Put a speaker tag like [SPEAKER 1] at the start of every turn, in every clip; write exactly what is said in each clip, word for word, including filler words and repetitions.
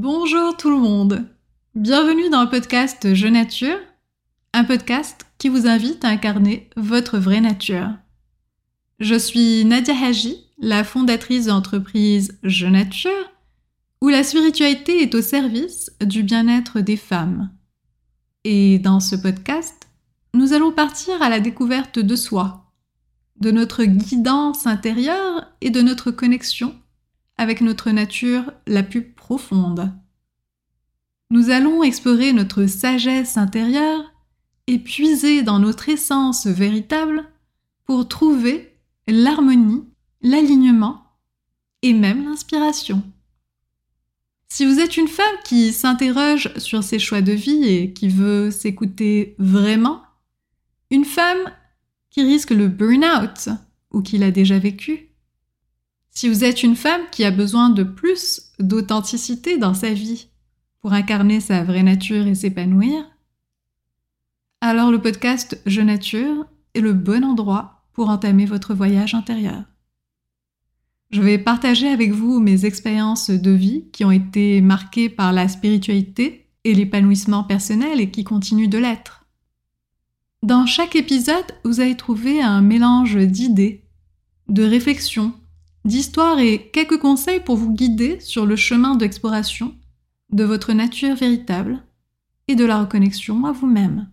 [SPEAKER 1] Bonjour tout le monde, bienvenue dans le podcast Je Nature, un podcast qui vous invite à incarner votre vraie nature. Je suis Nadia Haji, la fondatrice de l'entreprise Je Nature, où la spiritualité est au service du bien-être des femmes. Et dans ce podcast, nous allons partir à la découverte de soi, de notre guidance intérieure et de notre connexion avec notre nature la plus profonde. Nous allons explorer notre sagesse intérieure et puiser dans notre essence véritable pour trouver l'harmonie, l'alignement et même l'inspiration. Si vous êtes une femme qui s'interroge sur ses choix de vie et qui veut s'écouter vraiment, une femme qui risque le burn-out ou qui l'a déjà vécu, si vous êtes une femme qui a besoin de plus d'authenticité dans sa vie pour incarner sa vraie nature et s'épanouir, alors le podcast Je Nature est le bon endroit pour entamer votre voyage intérieur. Je vais partager avec vous mes expériences de vie qui ont été marquées par la spiritualité et l'épanouissement personnel et qui continuent de l'être. Dans chaque épisode, vous allez trouver un mélange d'idées, de réflexions, d'histoires et quelques conseils pour vous guider sur le chemin d'exploration de votre nature véritable et de la reconnexion à vous-même.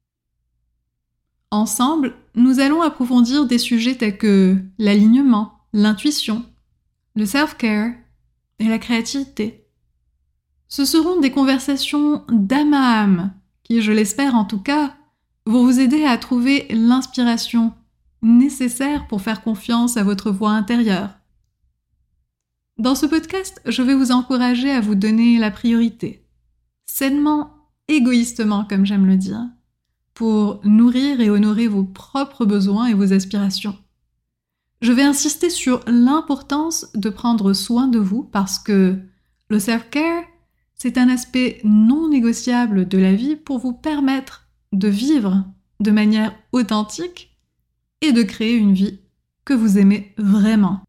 [SPEAKER 1] Ensemble, nous allons approfondir des sujets tels que l'alignement, l'intuition, le self-care et la créativité. Ce seront des conversations d'âme à âme qui, je l'espère en tout cas, vont vous aider à trouver l'inspiration nécessaire pour faire confiance à votre voix intérieure. Dans ce podcast, je vais vous encourager à vous donner la priorité, sainement, égoïstement comme j'aime le dire, pour nourrir et honorer vos propres besoins et vos aspirations. Je vais insister sur l'importance de prendre soin de vous parce que le self-care, c'est un aspect non négociable de la vie pour vous permettre de vivre de manière authentique et de créer une vie que vous aimez vraiment.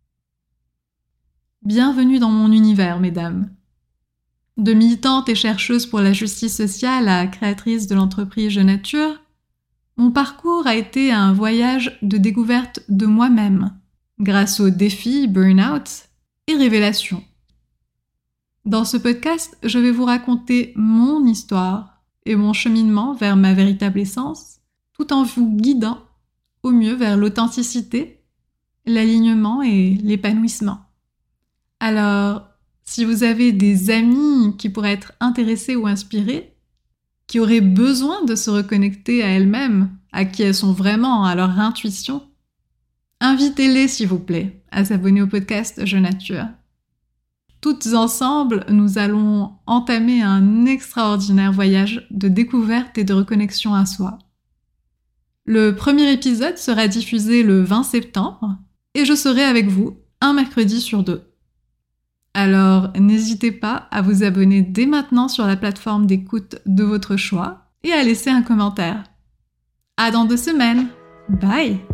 [SPEAKER 1] Bienvenue dans mon univers, mesdames. De militante et chercheuse pour la justice sociale à créatrice de l'entreprise Je Nature, mon parcours a été un voyage de découverte de moi-même, grâce aux défis, burn-out et révélations. Dans ce podcast, je vais vous raconter mon histoire et mon cheminement vers ma véritable essence, tout en vous guidant au mieux vers l'authenticité, l'alignement et l'épanouissement. Alors, si vous avez des amis qui pourraient être intéressés ou inspirés, qui auraient besoin de se reconnecter à elles-mêmes, à qui elles sont vraiment, à leur intuition, invitez-les s'il vous plaît à s'abonner au podcast Je Nature. Toutes ensemble, nous allons entamer un extraordinaire voyage de découverte et de reconnexion à soi. Le premier épisode sera diffusé le vingt septembre et je serai avec vous un mercredi sur deux. Alors, n'hésitez pas à vous abonner dès maintenant sur la plateforme d'écoute de votre choix et à laisser un commentaire. À dans deux semaines. Bye!